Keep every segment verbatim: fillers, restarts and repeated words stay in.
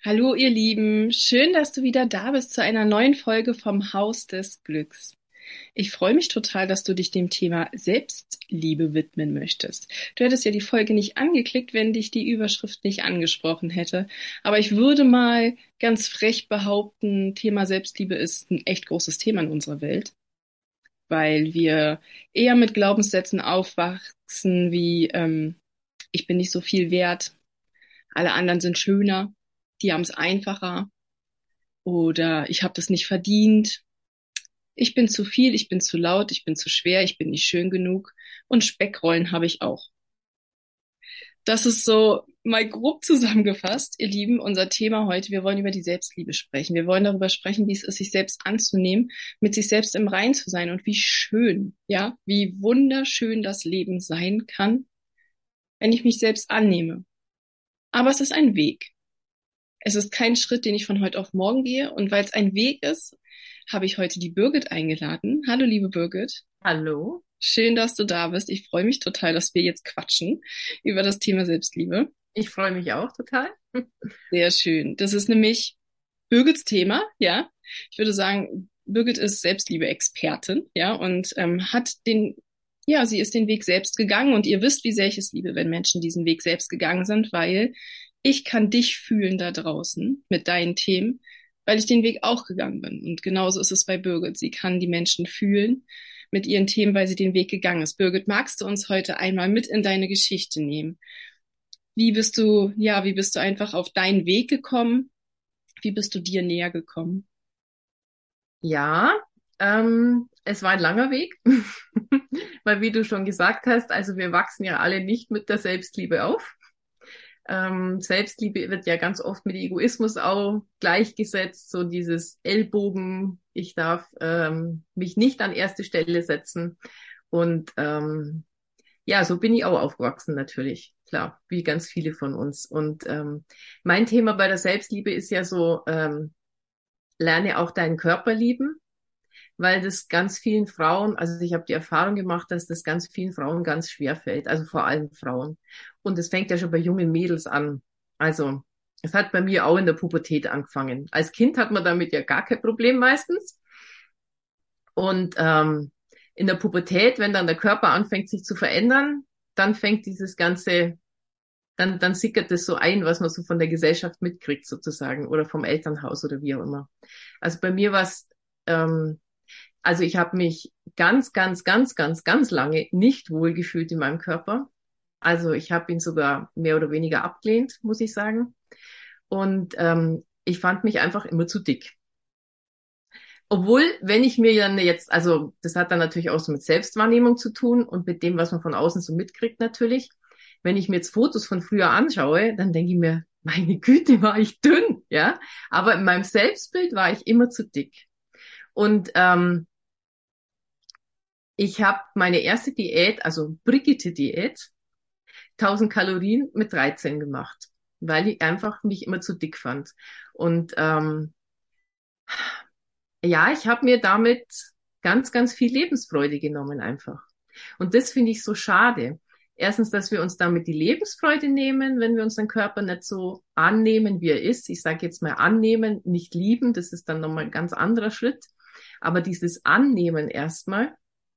Hallo ihr Lieben, schön, dass du wieder da bist zu einer neuen Folge vom Haus des Glücks. Ich freue mich total, dass du dich dem Thema Selbstliebe widmen möchtest. Du hättest ja die Folge nicht angeklickt, wenn dich die Überschrift nicht angesprochen hätte. Aber ich würde mal ganz frech behaupten, Thema Selbstliebe ist ein echt großes Thema in unserer Welt, weil wir eher mit Glaubenssätzen aufwachsen wie ähm, ich bin nicht so viel wert, alle anderen sind schöner, die haben es einfacher. Oder ich habe das nicht verdient. Ich bin zu viel, ich bin zu laut, ich bin zu schwer, ich bin nicht schön genug. Und Speckrollen habe ich auch. Das ist so mal grob zusammengefasst, ihr Lieben, unser Thema heute. Wir wollen über die Selbstliebe sprechen. Wir wollen darüber sprechen, wie es ist, sich selbst anzunehmen, mit sich selbst im Rein zu sein und wie schön, ja, wie wunderschön das Leben sein kann, wenn ich mich selbst annehme. Aber es ist ein Weg. Es ist kein Schritt, den ich von heute auf morgen gehe. Und weil es ein Weg ist, habe ich heute die Birgit eingeladen. Hallo, liebe Birgit. Hallo, Schön, dass du da bist. Ich freue mich total, dass wir jetzt quatschen über das Thema Selbstliebe. ich freue mich auch total. Sehr schön. Das ist nämlich Birgits Thema, ja. Ich würde sagen, Birgit ist Selbstliebe-Expertin, ja, und ähm, hat den, ja, sie ist den Weg selbst gegangen und ihr wisst, wie sehr ich es liebe, wenn Menschen diesen Weg selbst gegangen sind, weil ich kann dich fühlen da draußen mit deinen Themen, weil ich den Weg auch gegangen bin. Und genauso ist es bei Birgit. Sie kann die Menschen fühlen mit ihren Themen, weil sie den Weg gegangen ist. Birgit, magst du uns heute einmal mit in deine Geschichte nehmen? Wie bist du, ja, wie bist du einfach auf deinen Weg gekommen? Wie bist du dir näher gekommen? Ja, ähm, es war ein langer Weg, weil wie du schon gesagt hast, also wir wachsen ja alle nicht mit der Selbstliebe auf. Ähm, Selbstliebe wird ja ganz oft mit Egoismus auch gleichgesetzt, so dieses Ellbogen, ich darf ähm, mich nicht an erste Stelle setzen. Und ähm, ja, so bin ich auch aufgewachsen natürlich, klar, wie ganz viele von uns. Und ähm, mein Thema bei der Selbstliebe ist ja so, ähm, lerne auch deinen Körper lieben, weil das ganz vielen Frauen, also ich habe die Erfahrung gemacht, dass das ganz vielen Frauen ganz schwer fällt, also vor allem Frauen. Und es fängt ja schon bei jungen Mädels an. Also es hat bei mir auch in der Pubertät angefangen. Als Kind hat man damit ja gar kein Problem meistens. Und ähm, in der Pubertät, wenn dann der Körper anfängt sich zu verändern, dann fängt dieses ganze, dann, dann sickert das so ein, was man so von der Gesellschaft mitkriegt sozusagen oder vom Elternhaus oder wie auch immer. Also bei mir war es ähm, also ich habe mich ganz, ganz, ganz, ganz, ganz lange nicht wohlgefühlt in meinem Körper. Also ich habe ihn sogar mehr oder weniger abgelehnt, muss ich sagen. Und ähm, ich fand mich einfach immer zu dick. Obwohl, wenn ich mir dann jetzt, also das hat dann natürlich auch so mit Selbstwahrnehmung zu tun und mit dem, was man von außen so mitkriegt natürlich. Wenn ich mir jetzt Fotos von früher anschaue, dann denke ich mir, meine Güte, war ich dünn, ja. Aber in meinem Selbstbild war ich immer zu dick. Und ähm, ich habe meine erste Diät, also Brigitte-Diät, tausend Kalorien mit dreizehn gemacht, weil ich einfach mich immer zu dick fand. Und ähm, ja, ich habe mir damit ganz, ganz viel Lebensfreude genommen einfach. Und das finde ich so schade. Erstens, dass wir uns damit die Lebensfreude nehmen, wenn wir unseren Körper nicht so annehmen, wie er ist. Ich sage jetzt mal annehmen, nicht lieben, das ist dann nochmal ein ganz anderer Schritt. Aber dieses Annehmen erstmal.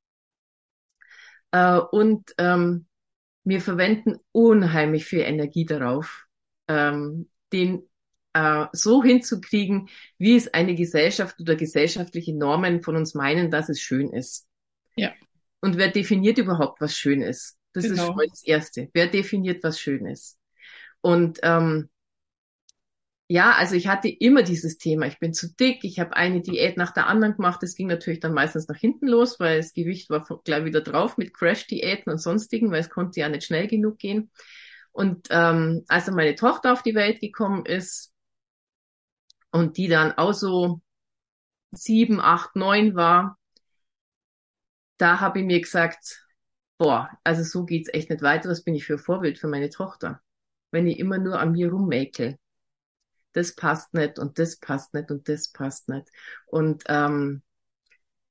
Äh, und ähm, wir verwenden unheimlich viel Energie darauf, ähm, den äh, so hinzukriegen, wie es eine Gesellschaft oder gesellschaftliche Normen von uns meinen, dass es schön ist. Ja, Und wer definiert überhaupt, was schön ist? Das ist schon genau. mal das Erste. Wer definiert, was schön ist? Und ähm, ja, also ich hatte immer dieses Thema, ich bin zu dick, ich habe eine Diät nach der anderen gemacht. Das ging natürlich dann meistens nach hinten los, weil das Gewicht war gleich wieder drauf mit Crash-Diäten und sonstigen, weil es konnte ja nicht schnell genug gehen. Und ähm, als dann meine Tochter auf die Welt gekommen ist und die dann auch so sieben, acht, neun war, da habe ich mir gesagt, boah, also so geht's echt nicht weiter. Was bin ich für ein Vorbild für meine Tochter? Wenn ich immer nur an mir rummäkel. Das passt nicht und das passt nicht und das passt nicht. Und ähm,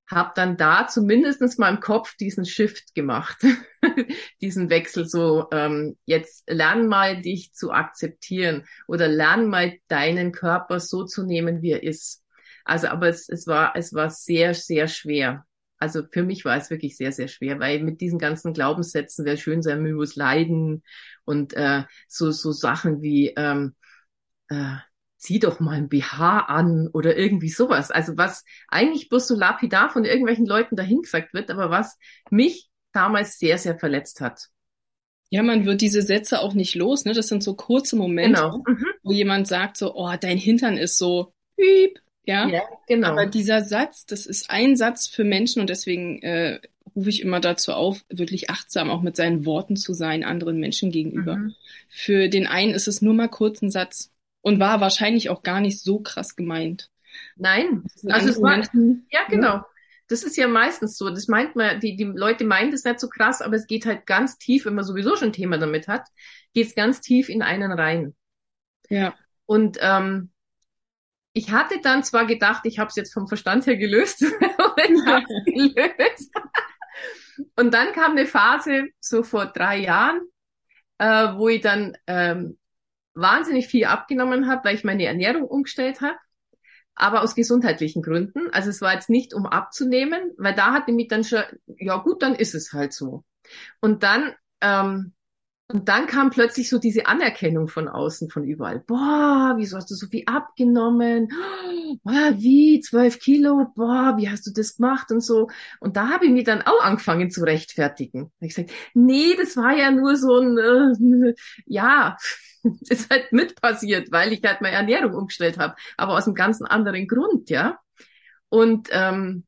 habe dann da zumindestens mal im Kopf diesen Shift gemacht, diesen Wechsel so, ähm, jetzt lern mal dich zu akzeptieren oder lern mal deinen Körper so zu nehmen, wie er ist. Also, aber es, es war, es war sehr, sehr schwer. Also für mich war es wirklich sehr, sehr schwer, weil mit diesen ganzen Glaubenssätzen, wer schön sein will, muss leiden und äh, so, so Sachen wie, ähm, äh, zieh doch mal ein B H an oder irgendwie sowas. Also was eigentlich bloß so lapidar von irgendwelchen Leuten dahingesagt wird, aber was mich damals sehr, sehr verletzt hat. Ja, man wird diese Sätze auch nicht los, ne? Das sind so kurze Momente, Genau. Mhm. wo jemand sagt so, oh, dein Hintern ist so piep, ja. Ja, Aber genau. dieser Satz, das ist ein Satz für Menschen und deswegen äh, rufe ich immer dazu auf, wirklich achtsam auch mit seinen Worten zu sein, anderen Menschen gegenüber. Mhm. Für den einen ist es nur mal kurz ein Satz und war wahrscheinlich auch gar nicht so krass gemeint. Nein, Das sind also es andere war, Menschen, ja, ne? genau. Das ist ja meistens so. Das meint man, die, die Leute meinen das nicht so krass, aber es geht halt ganz tief, wenn man sowieso schon ein Thema damit hat, geht es ganz tief in einen rein. Ja. Und ähm, ich hatte dann zwar gedacht, ich habe es jetzt vom Verstand her gelöst, aber ich habe es gelöst. Und dann kam eine Phase, so vor drei Jahren, äh, wo ich dann ähm, wahnsinnig viel abgenommen habe, weil ich meine Ernährung umgestellt habe, aber aus gesundheitlichen Gründen. Also es war jetzt nicht, um abzunehmen, weil da hatte mich dann schon, ja gut, dann ist es halt so. Und dann ähm, Und dann kam plötzlich so diese Anerkennung von außen, von überall. Boah, wieso hast du so viel abgenommen? Boah, wie, zwölf Kilo? Boah, wie hast du das gemacht und so? Und da habe ich mich dann auch angefangen zu rechtfertigen. Da hab ich gesagt, nee, das war ja nur so ein, äh, ja, das ist halt mit passiert, weil ich halt meine Ernährung umgestellt habe, aber aus einem ganz anderen Grund, ja. Und ähm,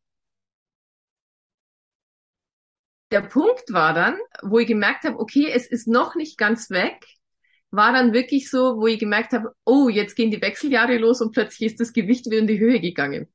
der Punkt war dann, wo ich gemerkt habe, okay, es ist noch nicht ganz weg, war dann wirklich so, wo ich gemerkt habe, oh, jetzt gehen die Wechseljahre los und plötzlich ist das Gewicht wieder in die Höhe gegangen.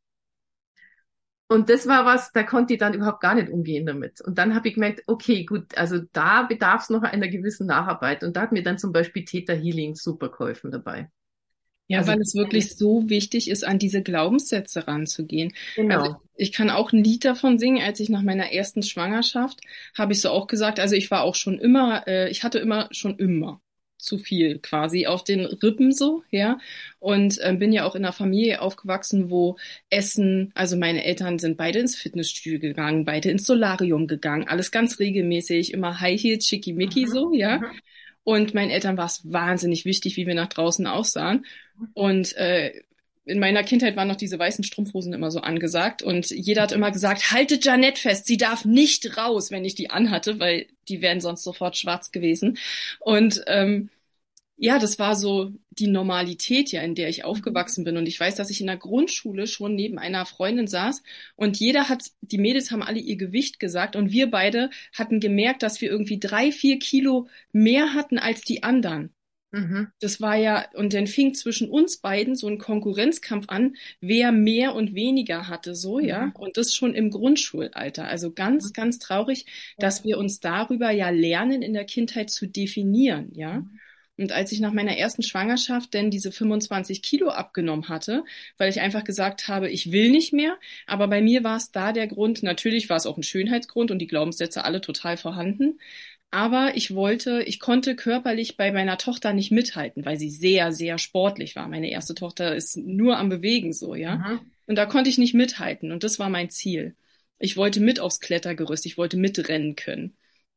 Und das war was, da konnte ich dann überhaupt gar nicht umgehen damit. Und dann habe ich gemerkt, okay, gut, also da bedarf es noch einer gewissen Nacharbeit. Und da hat mir dann zum Beispiel Theta Healing super geholfen dabei. Ja, Also weil es wirklich so wichtig ist, an diese Glaubenssätze ranzugehen. Also genau. ich kann auch ein Lied davon singen. Als ich nach meiner ersten Schwangerschaft, habe ich so auch gesagt, also ich war auch schon immer, äh, ich hatte immer schon immer zu viel quasi auf den Rippen so, ja. Und ähm, bin ja auch in einer Familie aufgewachsen, wo Essen, also meine Eltern sind beide ins Fitnessstudio gegangen, beide ins Solarium gegangen, alles ganz regelmäßig, immer High Heels, Schickimicki Mhm. so, ja. Mhm. Und meinen Eltern war es wahnsinnig wichtig, wie wir nach draußen aussahen. Und äh, in meiner Kindheit waren noch diese weißen Strumpfhosen immer so angesagt. Und jeder hat immer gesagt, haltet Janette fest, sie darf nicht raus, wenn ich die anhatte, weil die wären sonst sofort schwarz gewesen. Und ähm, ja, das war so die Normalität ja, in der ich Mhm. aufgewachsen bin. Und ich weiß, dass ich in der Grundschule schon neben einer Freundin saß und jeder hat, die Mädels haben alle ihr Gewicht gesagt und wir beide hatten gemerkt, dass wir irgendwie drei, vier Kilo mehr hatten als die anderen. Mhm. Das war ja, und dann fing zwischen uns beiden so ein Konkurrenzkampf an, wer mehr und weniger hatte, so, ja. Mhm. Und das schon im Grundschulalter. Also ganz, ganz traurig, dass wir uns darüber ja lernen, in der Kindheit zu definieren, ja. Und als ich nach meiner ersten Schwangerschaft denn diese fünfundzwanzig Kilo abgenommen hatte, weil ich einfach gesagt habe, ich will nicht mehr, aber bei mir war es da der Grund, natürlich war es auch ein Schönheitsgrund und die Glaubenssätze alle total vorhanden, aber ich wollte, ich konnte körperlich bei meiner Tochter nicht mithalten, weil sie sehr, sehr sportlich war. Meine erste Tochter ist nur am Bewegen so, ja. Mhm. Und da konnte ich nicht mithalten und das war mein Ziel. Ich wollte mit aufs Klettergerüst, ich wollte mitrennen können.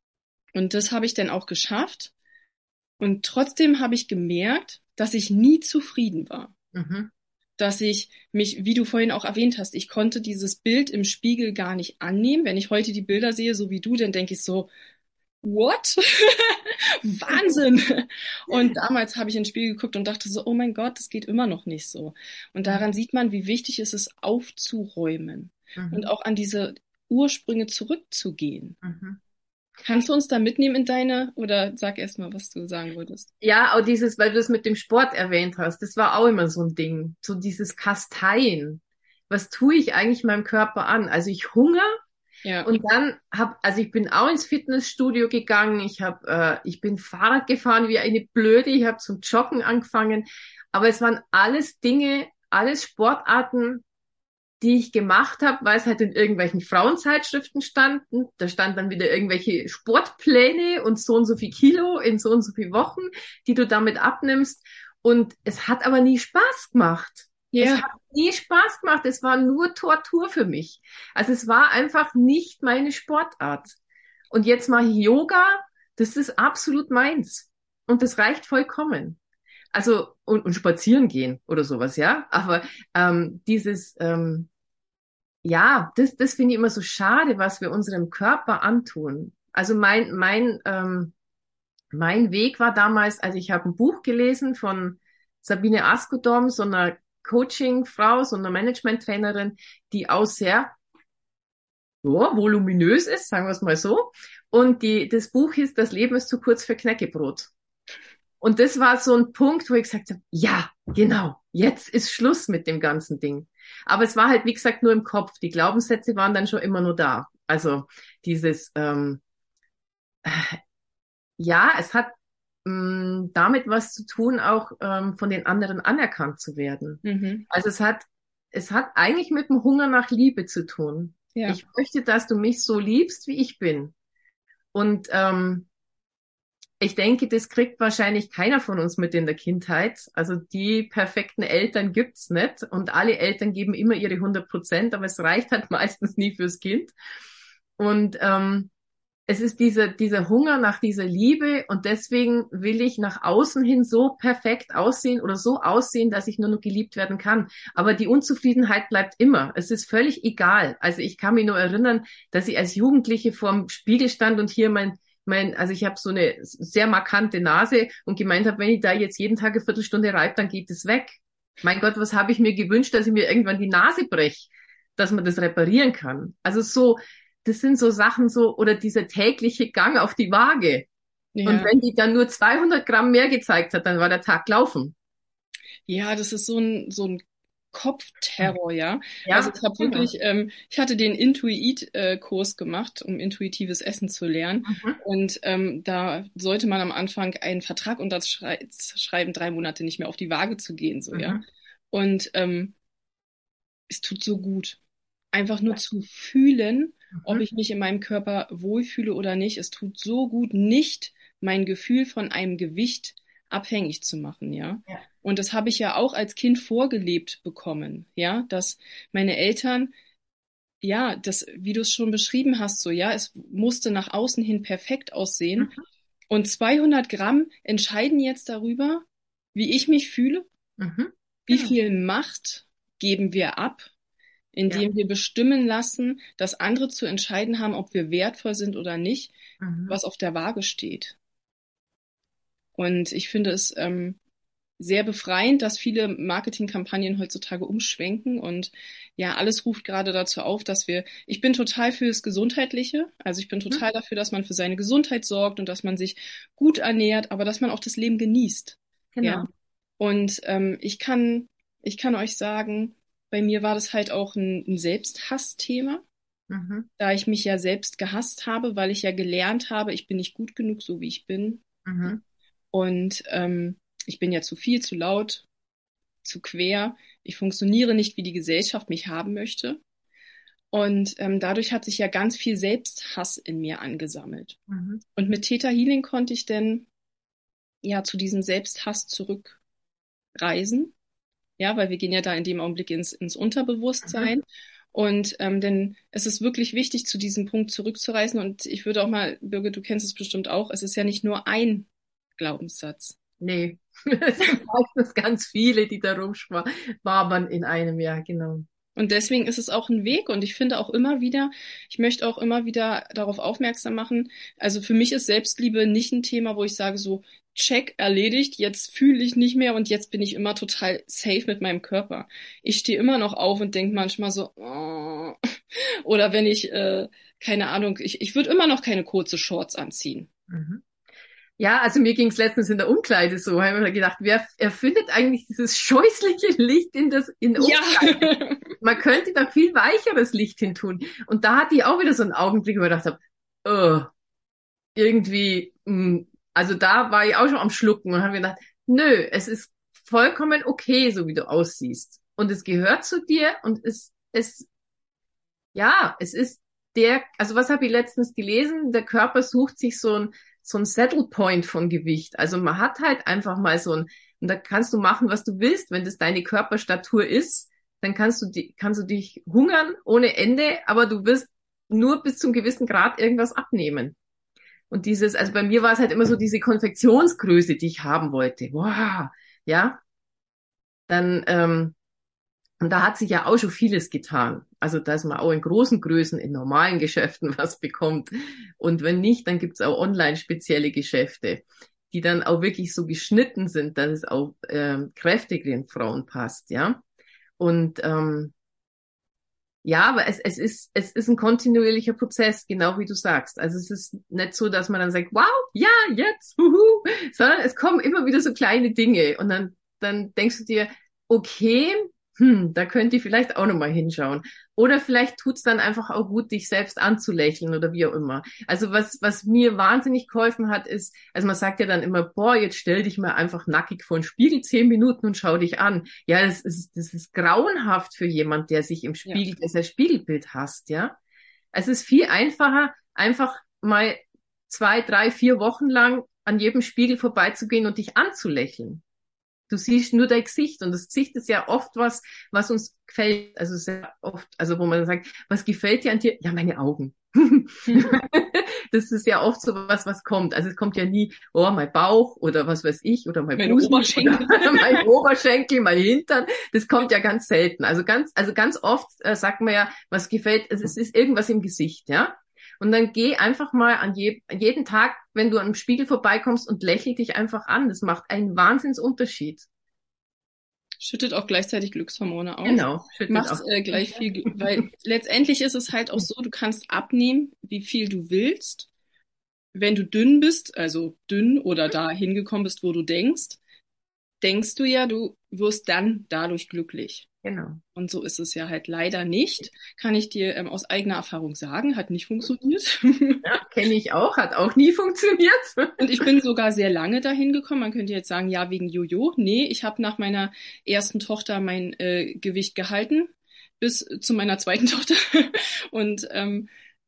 Und das habe ich dann auch geschafft. Und trotzdem habe ich gemerkt, dass ich nie zufrieden war. Mhm. Dass ich mich, wie du vorhin auch erwähnt hast, ich konnte dieses Bild im Spiegel gar nicht annehmen. Wenn ich heute die Bilder sehe, so wie du, dann denke ich so, what? Wahnsinn! Und damals habe ich in den Spiegel geguckt und dachte so, oh mein Gott, das geht immer noch nicht so. Und Mhm. daran sieht man, wie wichtig es ist, aufzuräumen und Mhm. auch an diese Ursprünge zurückzugehen. Mhm. Kannst du uns da mitnehmen in deine, oder sag erst mal, was du sagen würdest? Ja, auch dieses, weil du das mit dem Sport erwähnt hast, das war auch immer so ein Ding. So dieses Kasteien. Was tue ich eigentlich meinem Körper an? Also ich hungere Ja. und dann hab, also ich bin auch ins Fitnessstudio gegangen. Ich hab, äh, ich bin Fahrrad gefahren wie eine Blöde. Ich habe zum Joggen angefangen. Aber es waren alles Dinge, alles Sportarten, die ich gemacht habe, weil es halt in irgendwelchen Frauenzeitschriften standen. Da stand dann wieder irgendwelche Sportpläne und so und so viel Kilo in so und so viel Wochen, die du damit abnimmst. Und es hat aber nie Spaß gemacht. Es Ja, hat nie Spaß gemacht. Es war nur Tortur für mich. Also es war einfach nicht meine Sportart. Und jetzt mache ich Yoga. Das ist absolut meins. Und das reicht vollkommen. Also, und, und spazieren gehen oder sowas, ja. Aber ähm, dieses, ähm, ja, das, das finde ich immer so schade, was wir unserem Körper antun. Also mein, mein, ähm, mein Weg war damals, also ich habe ein Buch gelesen von Sabine Askodom, so einer Coaching-Frau, so einer Management-Trainerin, die auch sehr ja, voluminös ist, sagen wir es mal so. Und die, das Buch hieß Das Leben ist zu kurz für Knäckebrot. Und das war so ein Punkt, wo ich gesagt habe, ja, genau, jetzt ist Schluss mit dem ganzen Ding. Aber es war halt, wie gesagt, nur im Kopf. Die Glaubenssätze waren dann schon immer nur da. Also dieses, ähm, ja, es hat mh, damit was zu tun, auch ähm, von den anderen anerkannt zu werden. mhm. Also es hat, es hat eigentlich mit dem Hunger nach Liebe zu tun. Ja, Ich möchte, dass du mich so liebst, wie ich bin. Und ähm, ich denke, das kriegt wahrscheinlich keiner von uns mit in der Kindheit. Also die perfekten Eltern gibt's nicht und alle Eltern geben immer ihre hundert Prozent, aber es reicht halt meistens nie fürs Kind. Und ähm, es ist dieser, dieser Hunger nach dieser Liebe und deswegen will ich nach außen hin so perfekt aussehen oder so aussehen, dass ich nur noch geliebt werden kann. Aber die Unzufriedenheit bleibt immer. Es ist völlig egal. Also ich kann mich nur erinnern, dass ich als Jugendliche vorm Spiegel stand und hier mein mein, also ich habe so eine sehr markante Nase und gemeint habe, wenn ich da jetzt jeden Tag eine Viertelstunde reibe, dann geht es weg. Mein Gott, was habe ich mir gewünscht, dass ich mir irgendwann die Nase brech, dass man das reparieren kann. Also so, das sind so Sachen so, oder dieser tägliche Gang auf die Waage. Und ja. wenn die dann nur zweihundert Gramm mehr gezeigt hat, dann war der Tag laufen. Ja, das ist so ein, so ein Kopfterror, ja. Also Ja, ich habe genau. wirklich, ähm, ich hatte den Intuit-Kurs gemacht, um intuitives Essen zu lernen. Mhm. Und ähm, da sollte man am Anfang einen Vertrag unterschreiben, drei Monate nicht mehr auf die Waage zu gehen, so, ja. Mhm. Und ähm, es tut so gut, einfach nur zu fühlen, ob Mhm. ich mich in meinem Körper wohlfühle oder nicht. Es tut so gut, nicht mein Gefühl von einem Gewicht abhängig zu machen, ja. Ja. Und das habe ich ja auch als Kind vorgelebt bekommen, ja, dass meine Eltern, ja, das, wie du es schon beschrieben hast, so, ja, es musste nach außen hin perfekt aussehen. Mhm. Und zweihundert Gramm entscheiden jetzt darüber, wie ich mich fühle, Mhm. wie Genau. viel Macht geben wir ab, Ja. indem wir bestimmen lassen, dass andere zu entscheiden haben, ob wir wertvoll sind oder nicht, Mhm. was auf der Waage steht. Und ich finde es ähm, sehr befreiend, dass viele Marketingkampagnen heutzutage umschwenken und ja, alles ruft gerade dazu auf, dass wir, ich bin total fürs Gesundheitliche, also ich bin Mhm. total dafür, dass man für seine Gesundheit sorgt und dass man sich gut ernährt, aber dass man auch das Leben genießt. Ja. Genau. Und ähm, ich kann, ich kann euch sagen, bei mir war das halt auch ein, ein Selbsthassthema, Mhm. da ich mich ja selbst gehasst habe, weil ich ja gelernt habe, ich bin nicht gut genug, so wie ich bin. Mhm. Und ähm, ich bin ja zu viel, zu laut, zu quer. Ich funktioniere nicht, wie die Gesellschaft mich haben möchte. Und ähm, dadurch hat sich ja ganz viel Selbsthass in mir angesammelt. Mhm. Und mit Theta Healing konnte ich dann ja zu diesem Selbsthass zurückreisen. Ja, weil wir gehen ja da in dem Augenblick ins, ins Mhm. Unterbewusstsein. Und ähm, denn es ist wirklich wichtig, zu diesem Punkt zurückzureisen. Und ich würde auch mal, Birgit, du kennst es bestimmt auch, es ist ja nicht nur ein Glaubenssatz. Nee, es sind meistens ganz viele, die da rumschwabern in einem Jahr, genau. Und deswegen ist es auch ein Weg und ich finde auch immer wieder, ich möchte auch immer wieder darauf aufmerksam machen, also für mich ist Selbstliebe nicht ein Thema, wo ich sage so, check, erledigt, jetzt fühle ich nicht mehr und jetzt bin ich immer total safe mit meinem Körper. Ich stehe immer noch auf und denke manchmal so, oh. Oder wenn ich, äh, keine Ahnung, ich, ich würde immer noch keine kurze Shorts anziehen. Mhm. Ja, also mir ging es letztens in der Umkleide so, habe ich mir gedacht, wer erfindet eigentlich dieses scheußliche Licht in das in der Ja. Umkleide? Man könnte da viel weicheres Licht hin tun. Und da hatte ich auch wieder so einen Augenblick, wo ich gedacht habe, oh, irgendwie, mh, also da war ich auch schon am Schlucken und habe mir gedacht, nö, es ist vollkommen okay, so wie du aussiehst. Und es gehört zu dir und es es, ja, es ist der, also was habe ich letztens gelesen? Der Körper sucht sich so ein, so ein Settle Point von Gewicht. Also man hat halt einfach mal so ein, und da kannst du machen, was du willst. Wenn das deine Körperstatur ist, dann kannst du, die, kannst du dich hungern ohne Ende, aber du wirst nur bis zum gewissen Grad irgendwas abnehmen. Und dieses, also bei mir war es halt immer so diese Konfektionsgröße, die ich haben wollte. Wow, ja. Dann, ähm, und da hat sich ja auch schon vieles getan. Also, dass man auch in großen Größen in normalen Geschäften was bekommt. Und wenn nicht, dann gibt's auch online spezielle Geschäfte, die dann auch wirklich so geschnitten sind, dass es auch ähm, kräftigeren Frauen passt, ja. Und ähm, ja, aber es, es ist, es ist ein kontinuierlicher Prozess, genau wie du sagst. Also es ist nicht so, dass man dann sagt, wow, ja, jetzt, huhu, sondern es kommen immer wieder so kleine Dinge und dann, dann denkst du dir, okay, hm, da könnt ihr vielleicht auch nochmal hinschauen. Oder vielleicht tut's dann einfach auch gut, dich selbst anzulächeln oder wie auch immer. Also was, was mir wahnsinnig geholfen hat, ist, also man sagt ja dann immer, boah, jetzt stell dich mal einfach nackig vor den Spiegel zehn Minuten und schau dich an. Ja, das ist, das ist grauenhaft für jemand, der sich im Ja. Spiegel, der sein Spiegelbild hasst, ja. Es ist viel einfacher, einfach mal zwei, drei, vier Wochen lang an jedem Spiegel vorbeizugehen und dich anzulächeln. Du siehst nur dein Gesicht und das Gesicht ist ja oft was, was uns gefällt. Also sehr oft, also wo man sagt, was gefällt dir an dir? Ja, meine Augen. Das ist ja oft so was, was kommt. Also es kommt ja nie, oh, mein Bauch oder was weiß ich oder mein Meine Busen Oberschenkel. oder mein Oberschenkel, mein Hintern. Das kommt ja ganz selten. Also ganz, also ganz oft äh, sagt man ja, was gefällt, also es ist irgendwas im Gesicht, ja. Und dann geh einfach mal an je, jeden Tag, wenn du an einem Spiegel vorbeikommst und lächel dich einfach an. Das macht einen Wahnsinnsunterschied. Schüttet auch gleichzeitig Glückshormone aus. Genau, schüttet Macht auch. äh, gleich viel, Gl- weil letztendlich ist es halt auch so, du kannst abnehmen, wie viel du willst. Wenn du dünn bist, also dünn oder da hingekommen bist, wo du denkst, denkst du ja, du wirst dann dadurch glücklich. Genau. Und so ist es ja halt leider nicht. Kann ich dir ähm, aus eigener Erfahrung sagen, hat nicht funktioniert. Ja, kenne ich auch, hat auch nie funktioniert. Und ich bin sogar sehr lange dahin gekommen. Man könnte jetzt sagen, ja, wegen Jojo. Nee, ich habe nach meiner ersten Tochter mein äh, Gewicht gehalten, bis zu meiner zweiten Tochter. Und ähm,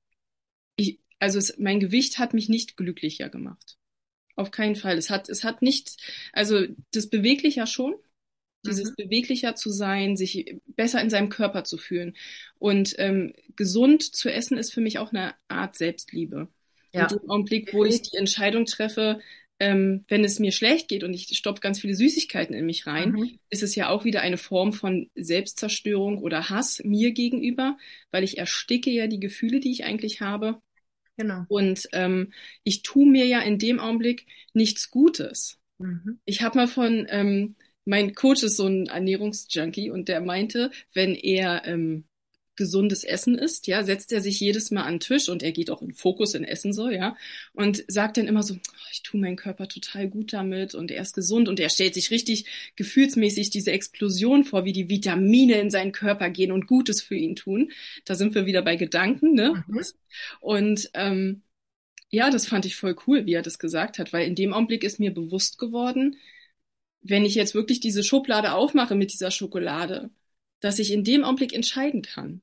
ich, also es, mein Gewicht hat mich nicht glücklicher gemacht. Auf keinen Fall. Es hat, es hat nicht, also das Beweglicher schon, dieses Mhm. beweglicher zu sein, sich besser in seinem Körper zu fühlen. Und ähm, gesund zu essen ist für mich auch eine Art Selbstliebe. In Ja, dem Augenblick, wo ich definitiv. die Entscheidung treffe, ähm, wenn es mir schlecht geht und ich stopfe ganz viele Süßigkeiten in mich rein, Mhm. ist es ja auch wieder eine Form von Selbstzerstörung oder Hass mir gegenüber, weil ich ersticke ja die Gefühle, die ich eigentlich habe. Genau. Und ähm, ich tue mir ja in dem Augenblick nichts Gutes. Mhm. Ich habe mal von, ähm, mein Coach ist so ein Ernährungsjunkie und der meinte, wenn er ähm, gesundes Essen isst, ja, setzt er sich jedes Mal an den Tisch und er geht auch in Fokus in Essen so, ja, und sagt dann immer so, "Oh, ich tue meinen Körper total gut damit und er ist gesund und er stellt sich richtig gefühlsmäßig diese Explosion vor, wie die Vitamine in seinen Körper gehen und Gutes für ihn tun. Da sind wir wieder bei Gedanken, ne? Mhm. Und ähm, ja, das fand ich voll cool, wie er das gesagt hat, weil in dem Augenblick ist mir bewusst geworden, wenn ich jetzt wirklich diese Schublade aufmache mit dieser Schokolade, dass ich in dem Augenblick entscheiden kann,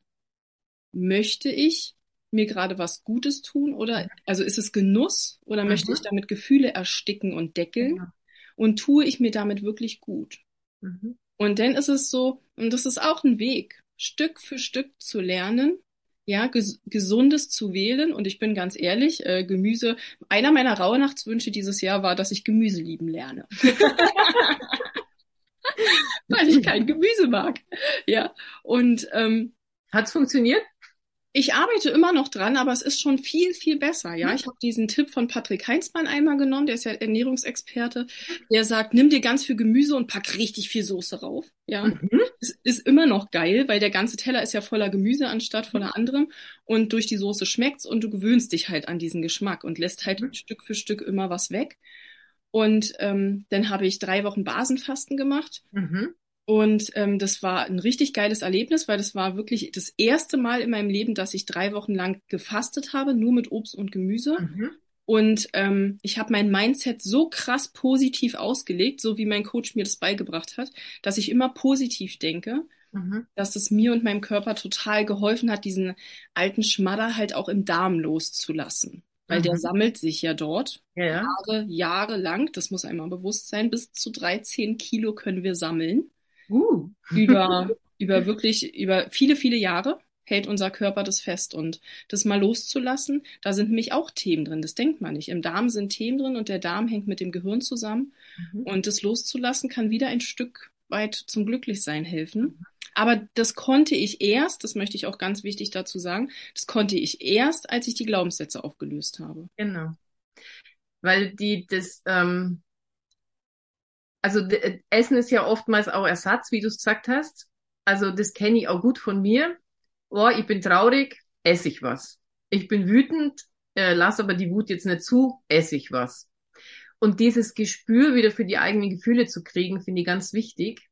möchte ich mir gerade was Gutes tun oder, also ist es Genuss oder möchte ich Mhm. damit Gefühle ersticken und deckeln Genau. und tue ich mir damit wirklich gut? Mhm. Und dann ist es so, und das ist auch ein Weg, Stück für Stück zu lernen, ja, ges Gesundes zu wählen. Und ich bin ganz ehrlich, äh, Gemüse, einer meiner Rauhnachtswünsche dieses Jahr war, dass ich Gemüse lieben lerne, weil ich kein Gemüse mag. Ja, und ähm, Hat's funktioniert? ich arbeite immer noch dran, aber es ist schon viel, viel besser. Ja, Mhm. ich habe diesen Tipp von Patrick Heinzmann einmal genommen, der ist ja Ernährungsexperte. Der sagt, nimm dir ganz viel Gemüse und pack richtig viel Soße rauf. Ja, Mhm. es ist immer noch geil, weil der ganze Teller ist ja voller Gemüse anstatt voller anderem. Und durch die Soße schmeckt's und du gewöhnst dich halt an diesen Geschmack und lässt halt Mhm. Stück für Stück immer was weg. Und ähm, dann habe ich drei Wochen Basenfasten gemacht. Mhm. Und ähm, das war ein richtig geiles Erlebnis, weil das war wirklich das erste Mal in meinem Leben, dass ich drei Wochen lang gefastet habe, nur mit Obst und Gemüse. Mhm. Und ähm, ich habe mein Mindset so krass positiv ausgelegt, so wie mein Coach mir das beigebracht hat, dass ich immer positiv denke. Mhm. dass es mir und meinem Körper total geholfen hat, diesen alten Schmadder halt auch im Darm loszulassen. Weil der Mhm. sammelt sich ja dort Ja, ja. Jahre, Jahre lang, das muss einmal bewusst sein, bis zu dreizehn Kilo können wir sammeln. Uh. Über, über wirklich, über viele, viele Jahre hält unser Körper das fest. Und das mal loszulassen, da sind nämlich auch Themen drin, das denkt man nicht. Im Darm sind Themen drin und der Darm hängt mit dem Gehirn zusammen. Mhm. Und das loszulassen kann wieder ein Stück weit zum Glücklichsein helfen. Aber das konnte ich erst, das möchte ich auch ganz wichtig dazu sagen, das konnte ich erst, als ich die Glaubenssätze aufgelöst habe. Genau. Weil die das, ähm, also d- Essen ist ja oftmals auch Ersatz, wie du es gesagt hast. Also das kenne ich auch gut von mir. Oh, ich bin traurig, esse ich was. Ich bin wütend, äh, lass aber die Wut jetzt nicht zu, esse ich was. Und dieses Gespür wieder für die eigenen Gefühle zu kriegen, finde ich ganz wichtig,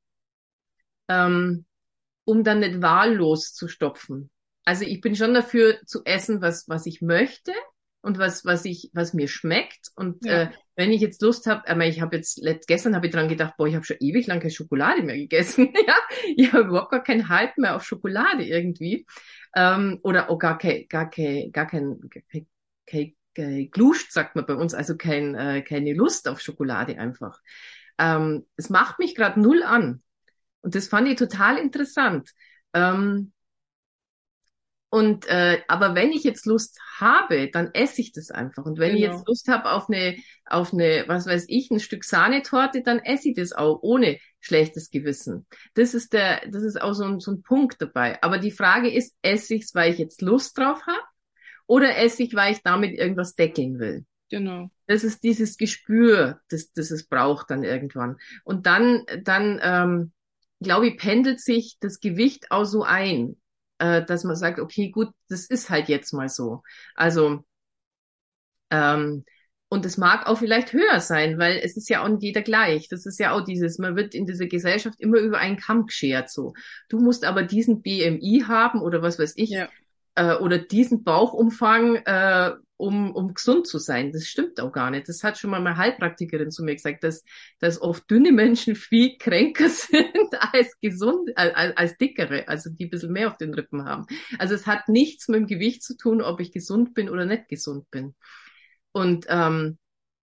ähm, um dann nicht wahllos zu stopfen. Also ich bin schon dafür zu essen, was, was ich möchte und was, was ich, was mir schmeckt. Und Ja, äh, wenn ich jetzt Lust habe, äh, ich habe jetzt letzt, gestern habe ich dran gedacht, boah, ich habe schon ewig lang keine Schokolade mehr gegessen. Ja, ich habe überhaupt gar keinen Hype mehr auf Schokolade irgendwie. Ähm, oder auch gar kein, gar kein, gar kein, kein, kein, kein Gluscht, sagt man bei uns, also kein, äh, keine Lust auf Schokolade einfach. Ähm, es macht mich gerade null an. Und das fand ich total interessant. Ähm, und äh, aber wenn ich jetzt Lust habe, dann esse ich das einfach. Und wenn ich jetzt genau, Lust habe auf eine, auf eine, was weiß ich, ein Stück Sahnetorte, dann esse ich das auch ohne schlechtes Gewissen. Das ist der, das ist auch so ein, so ein Punkt dabei. Aber die Frage ist, esse ich es, weil ich jetzt Lust drauf habe, oder esse ich, weil ich damit irgendwas deckeln will? genau, Das ist dieses Gespür, das, das es braucht dann irgendwann. Und dann, dann, ähm, glaube ich, pendelt sich das Gewicht auch so ein, äh, dass man sagt, okay, gut, das ist halt jetzt mal so. Also, ähm, und es mag auch vielleicht höher sein, weil es ist ja auch nicht jeder gleich. Das ist ja auch dieses, man wird in dieser Gesellschaft immer über einen Kamm geschert, so. Du musst aber diesen B M I haben oder was weiß ich, ja, äh, oder diesen Bauchumfang, äh, um, um gesund zu sein. Das stimmt auch gar nicht. Das hat schon mal meine Heilpraktikerin zu mir gesagt, dass, dass oft dünne Menschen viel kränker sind als gesund, als, als dickere, also die ein bisschen mehr auf den Rippen haben. Also es hat nichts mit dem Gewicht zu tun, ob ich gesund bin oder nicht gesund bin. Und ähm,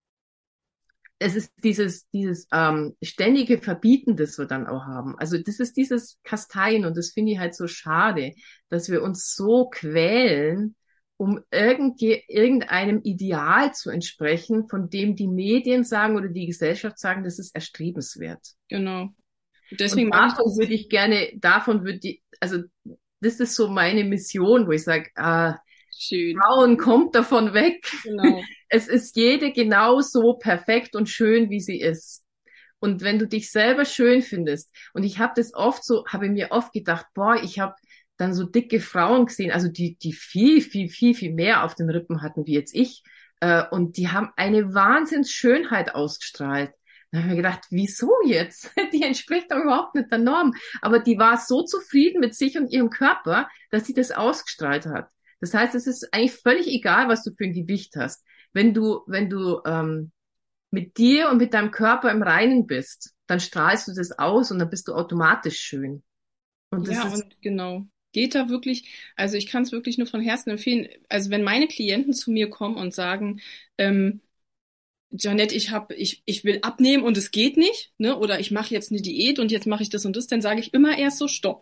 es ist dieses, dieses ähm, ständige Verbieten, das wir dann auch haben. Also das ist dieses Kasteien und das finde ich halt so schade, dass wir uns so quälen, um irgendwie, irgendeinem Ideal zu entsprechen, von dem die Medien sagen oder die Gesellschaft sagen, das ist erstrebenswert. genau. Und Und deswegen mache ich davon das würde ich gerne, davon würde ich, also das ist so meine Mission, wo ich sage, ah, schön. Frauen, kommt davon weg. Genau. Es ist jede genauso perfekt und schön, wie sie ist. Und wenn du dich selber schön findest, und ich habe das oft so, habe mir oft gedacht, boah, ich habe dann so dicke Frauen gesehen, also die, die viel, viel, viel, viel mehr auf den Rippen hatten wie jetzt ich. Äh, und die haben eine Wahnsinnsschönheit ausgestrahlt. Da habe ich mir gedacht, wieso jetzt? Die entspricht doch überhaupt nicht der Norm. Aber die war so zufrieden mit sich und ihrem Körper, dass sie das ausgestrahlt hat. Das heißt, es ist eigentlich völlig egal, was du für ein Gewicht hast. Wenn du, wenn du ähm, mit dir und mit deinem Körper im Reinen bist, dann strahlst du das aus und dann bist du automatisch schön. Und das Ja, ist, und genau. Geht da wirklich, also ich kann es wirklich nur von Herzen empfehlen. Also wenn meine Klienten zu mir kommen und sagen, ähm, Janette, ich hab, ich, ich will abnehmen und es geht nicht, ne? Oder ich mache jetzt eine Diät und jetzt mache ich das und das, dann sage ich immer erst so, stopp.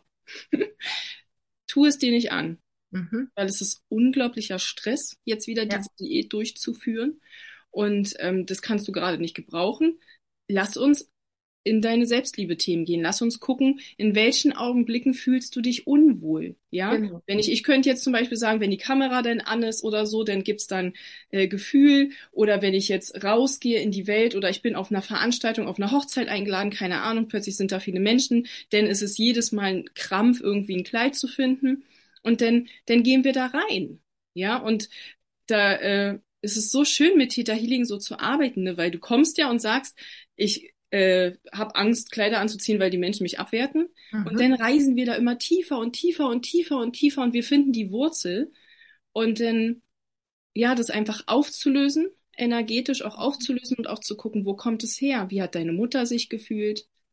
Tu es dir nicht an, mhm, weil es ist unglaublicher Stress, jetzt wieder ja, diese Diät durchzuführen. Und ähm, das kannst du gerade nicht gebrauchen. Lass uns in deine Selbstliebe-Themen gehen. Lass uns gucken, in welchen Augenblicken fühlst du dich unwohl. Ja, genau. wenn ich, ich könnte jetzt zum Beispiel sagen, wenn die Kamera denn an ist oder so, dann gibt's dann äh, Gefühl. Oder wenn ich jetzt rausgehe in die Welt oder ich bin auf einer Veranstaltung, auf einer Hochzeit eingeladen, keine Ahnung, plötzlich sind da viele Menschen, dann ist es jedes Mal ein Krampf, irgendwie ein Kleid zu finden. Und dann, dann gehen wir da rein. Ja, und da äh, ist es so schön, mit Theta Healing so zu arbeiten, ne? Weil du kommst ja und sagst, ich äh, habe Angst, Kleider anzuziehen, weil die Menschen mich abwerten. Und Mhm, dann reisen wir da immer tiefer und tiefer und tiefer und tiefer und wir finden die Wurzel. Und dann, ja, das einfach aufzulösen, energetisch auch aufzulösen und auch zu gucken, wo kommt es her? Wie hat deine Mutter sich gefühlt?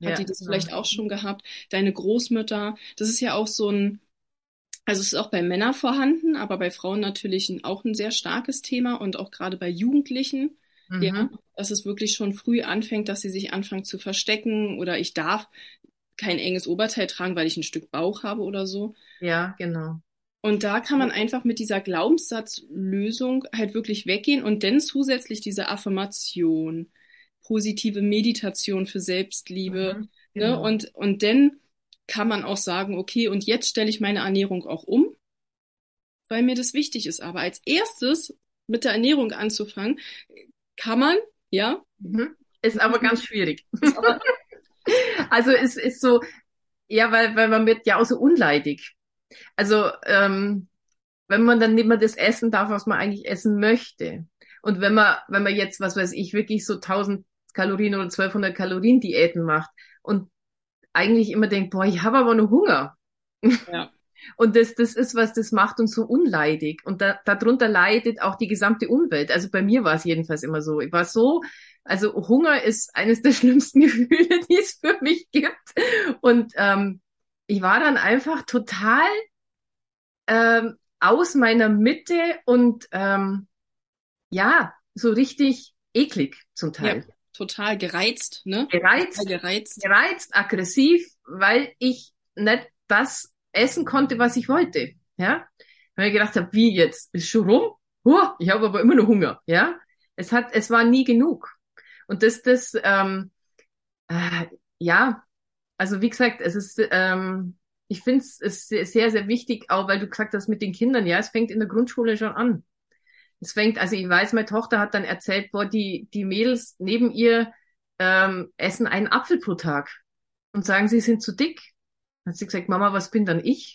Hat Ja, die das genau. vielleicht auch schon gehabt? Deine Großmütter, das ist ja auch so ein, also es ist auch bei Männern vorhanden, aber bei Frauen natürlich ein, auch ein sehr starkes Thema und auch gerade bei Jugendlichen, ja, Mhm. dass es wirklich schon früh anfängt, dass sie sich anfangen zu verstecken oder ich darf kein enges Oberteil tragen, weil ich ein Stück Bauch habe oder so. Ja, genau. Und da kann man einfach mit dieser Glaubenssatzlösung halt wirklich weggehen und dann zusätzlich diese Affirmation, positive Meditation für Selbstliebe, Mhm. ne? Genau. Und, und dann kann man auch sagen, okay, und jetzt stelle ich meine Ernährung auch um, weil mir das wichtig ist. Aber als erstes mit der Ernährung anzufangen, kann man, ja, Mhm. Ist aber ganz schwierig. ist aber, Also es ist so, ja, weil, weil man wird ja auch so unleidig. Also ähm, wenn man dann nicht mehr das essen darf, was man eigentlich essen möchte. Und wenn man, wenn man jetzt, was weiß ich, wirklich so tausend Kalorien oder zwölfhundert Kalorien Diäten macht und eigentlich immer denkt, boah, ich habe aber noch Hunger. ja, Und das, das ist was, das macht uns so unleidig. Und da, darunter leidet auch die gesamte Umwelt. Also bei mir war es jedenfalls immer so. Ich war so, also Hunger ist eines der schlimmsten Gefühle, die es für mich gibt. Und ähm, ich war dann einfach total ähm, aus meiner Mitte und ähm, ja, so richtig eklig zum ja, Teil. total gereizt, ne? Total Gereizt, gereizt. gereizt, aggressiv, weil ich nicht das essen konnte, was ich wollte. Ja, weil ich gedacht habe, wie jetzt? Ist schon rum? Huh, ich habe aber immer noch Hunger. Ja, es hat, es war nie genug. Und das, das, ähm, äh, ja, also wie gesagt, es ist, ähm, ich finde es ist sehr, sehr wichtig, auch weil du gesagt hast mit den Kindern, ja, es fängt in der Grundschule schon an. Es fängt, also ich weiß, meine Tochter hat dann erzählt, boah, die, die Mädels neben ihr ähm, essen einen Apfel pro Tag und sagen, sie sind zu dick. Dann hat sie gesagt, Mama, was bin dann ich?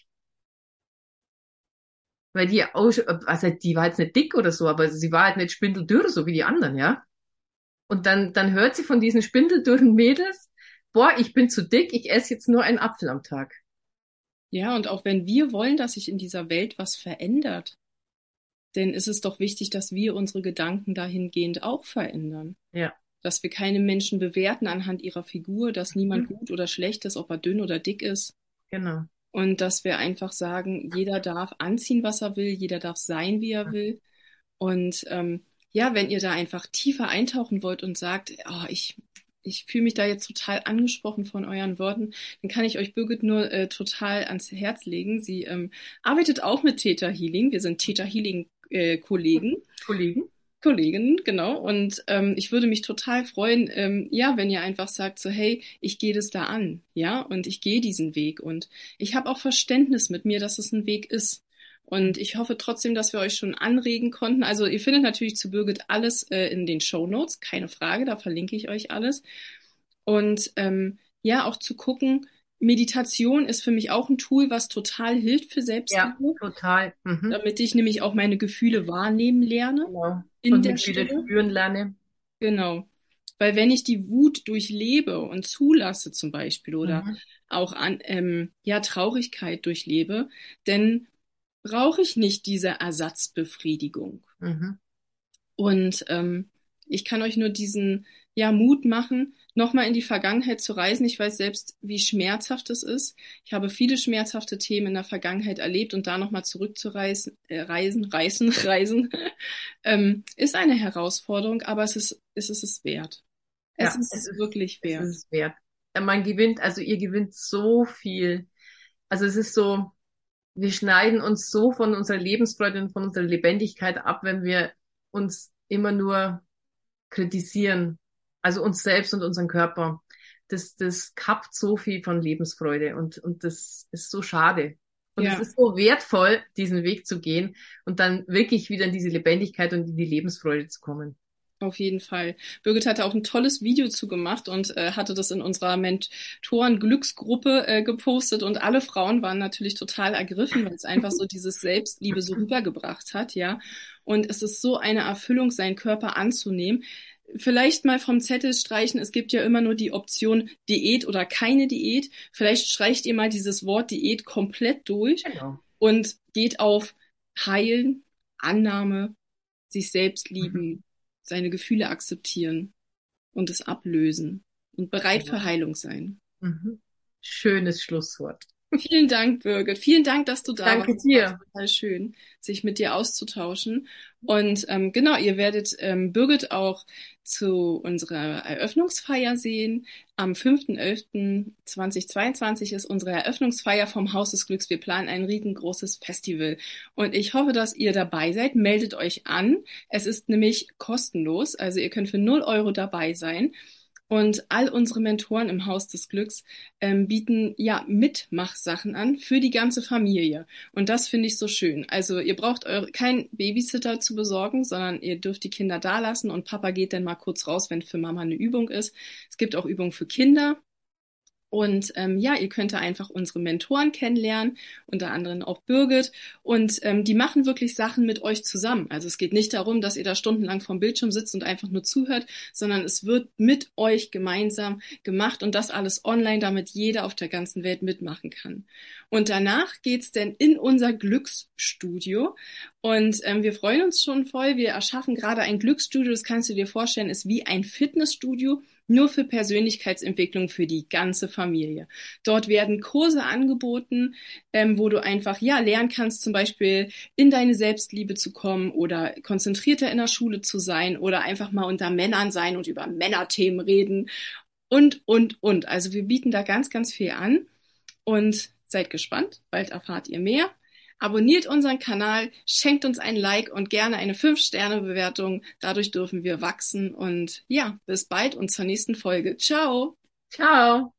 Weil die auch, schon- also die war jetzt nicht dick oder so, aber sie war halt nicht spindeldürr, so wie die anderen, ja. Und dann, dann hört sie von diesen spindeldürren Mädels, boah, ich bin zu dick, ich esse jetzt nur einen Apfel am Tag. Ja, und auch wenn wir wollen, dass sich in dieser Welt was verändert, dann ist es doch wichtig, dass wir unsere Gedanken dahingehend auch verändern. Ja. Dass wir keine Menschen bewerten anhand ihrer Figur, dass niemand Hm, gut oder schlecht ist, ob er dünn oder dick ist. genau. Und dass wir einfach sagen, jeder darf anziehen, was er will, jeder darf sein, wie er will. Und ähm, ja, wenn ihr da einfach tiefer eintauchen wollt und sagt, oh, ich, ich fühle mich da jetzt total angesprochen von euren Worten, dann kann ich euch Birgit nur äh, total ans Herz legen. Sie ähm, arbeitet auch mit Theta Healing. Wir sind Theta Healing äh, Kollegen. Kollegen? Kollegin, genau. Und ähm, ich würde mich total freuen, ähm, ja, wenn ihr einfach sagt, so, hey, ich gehe das da an, ja, und ich gehe diesen Weg. Und ich habe auch Verständnis mit mir, dass es ein Weg ist. Und ich hoffe trotzdem, dass wir euch schon anregen konnten. Also ihr findet natürlich zu Birgit alles äh, in den Show Notes, keine Frage, da verlinke ich euch alles. Und ähm, ja, auch zu gucken, Meditation ist für mich auch ein Tool, was total hilft für Ja, Selbstliebe, total. Mhm. damit ich nämlich auch meine Gefühle wahrnehmen lerne Genau. in Und der mich wieder Stille. spüren lerne. Genau. Weil wenn ich die Wut durchlebe und zulasse zum Beispiel oder Mhm. auch an ähm, ja Traurigkeit durchlebe, dann brauche ich nicht diese Ersatzbefriedigung. Mhm. Und ähm, ich kann euch nur diesen ja Mut machen, nochmal in die Vergangenheit zu reisen. Ich weiß selbst, wie schmerzhaft es ist. Ich habe viele schmerzhafte Themen in der Vergangenheit erlebt und da nochmal zurückzureisen, äh, reisen, reisen, reisen, ähm, ist eine Herausforderung, aber es ist, es ist es wert. Es Ja, ist es es ist, wirklich es ist wert. es wert. Äh, Man gewinnt, also ihr gewinnt so viel. Also es ist so, wir schneiden uns so von unserer Lebensfreude und von unserer Lebendigkeit ab, wenn wir uns immer nur kritisieren. Also uns selbst und unseren Körper. Das, das kappt so viel von Lebensfreude und, und das ist so schade. Und es Ja, ist so wertvoll, diesen Weg zu gehen und dann wirklich wieder in diese Lebendigkeit und in die Lebensfreude zu kommen. auf jeden Fall. Birgit hatte auch ein tolles Video zu gemacht und äh, hatte das in unserer Mentoren-Glücksgruppe äh, gepostet und alle Frauen waren natürlich total ergriffen, weil es einfach so dieses Selbstliebe so rübergebracht hat, ja. Und es ist so eine Erfüllung, seinen Körper anzunehmen. Vielleicht mal vom Zettel streichen, es gibt ja immer nur die Option Diät oder keine Diät. Vielleicht streicht ihr mal dieses Wort Diät komplett durch Genau. und geht auf Heilen, Annahme, sich selbst Mhm. lieben, seine Gefühle akzeptieren und es ablösen. und bereit Ja. für Heilung sein. Mhm. Schönes Schlusswort. Vielen Dank, Birgit. Vielen Dank, dass du da Danke warst. Es dir. war total schön, sich mit dir auszutauschen. Und ähm, genau, ihr werdet ähm, Birgit auch zu unserer Eröffnungsfeier sehen. Am fünften elften zweitausendzweiundzwanzig ist unsere Eröffnungsfeier vom Haus des Glücks. Wir planen ein riesengroßes Festival. Und ich hoffe, dass ihr dabei seid. Meldet euch an. Es ist nämlich kostenlos. Also ihr könnt für null Euro dabei sein. Und all unsere Mentoren im Haus des Glücks ähm, bieten ja Mitmachsachen an für die ganze Familie. Und das finde ich so schön. Also ihr braucht eure, keinen Babysitter zu besorgen, sondern ihr dürft die Kinder da lassen und Papa geht dann mal kurz raus, wenn für Mama eine Übung ist. Es gibt auch Übungen für Kinder. Und ähm, ja, ihr könnt da einfach unsere Mentoren kennenlernen, unter anderem auch Birgit. Und ähm, die machen wirklich Sachen mit euch zusammen. Also es geht nicht darum, dass ihr da stundenlang vorm Bildschirm sitzt und einfach nur zuhört, sondern es wird mit euch gemeinsam gemacht und das alles online, damit jeder auf der ganzen Welt mitmachen kann. Und danach geht's dann in unser Glücksstudio. Und ähm, wir freuen uns schon voll. Wir erschaffen gerade ein Glücksstudio, das kannst du dir vorstellen, ist wie ein Fitnessstudio, nur für Persönlichkeitsentwicklung für die ganze Familie. Dort werden Kurse angeboten, ähm, wo du einfach ja lernen kannst, zum Beispiel in deine Selbstliebe zu kommen oder konzentrierter in der Schule zu sein oder einfach mal unter Männern sein und über Männerthemen reden und, und, und. Also wir bieten da ganz, ganz viel an und seid gespannt. Bald erfahrt ihr mehr. Abonniert unseren Kanal, schenkt uns ein Like und gerne eine fünf Sterne Bewertung. Dadurch dürfen wir wachsen. Und ja, bis bald und zur nächsten Folge. Ciao! Ciao.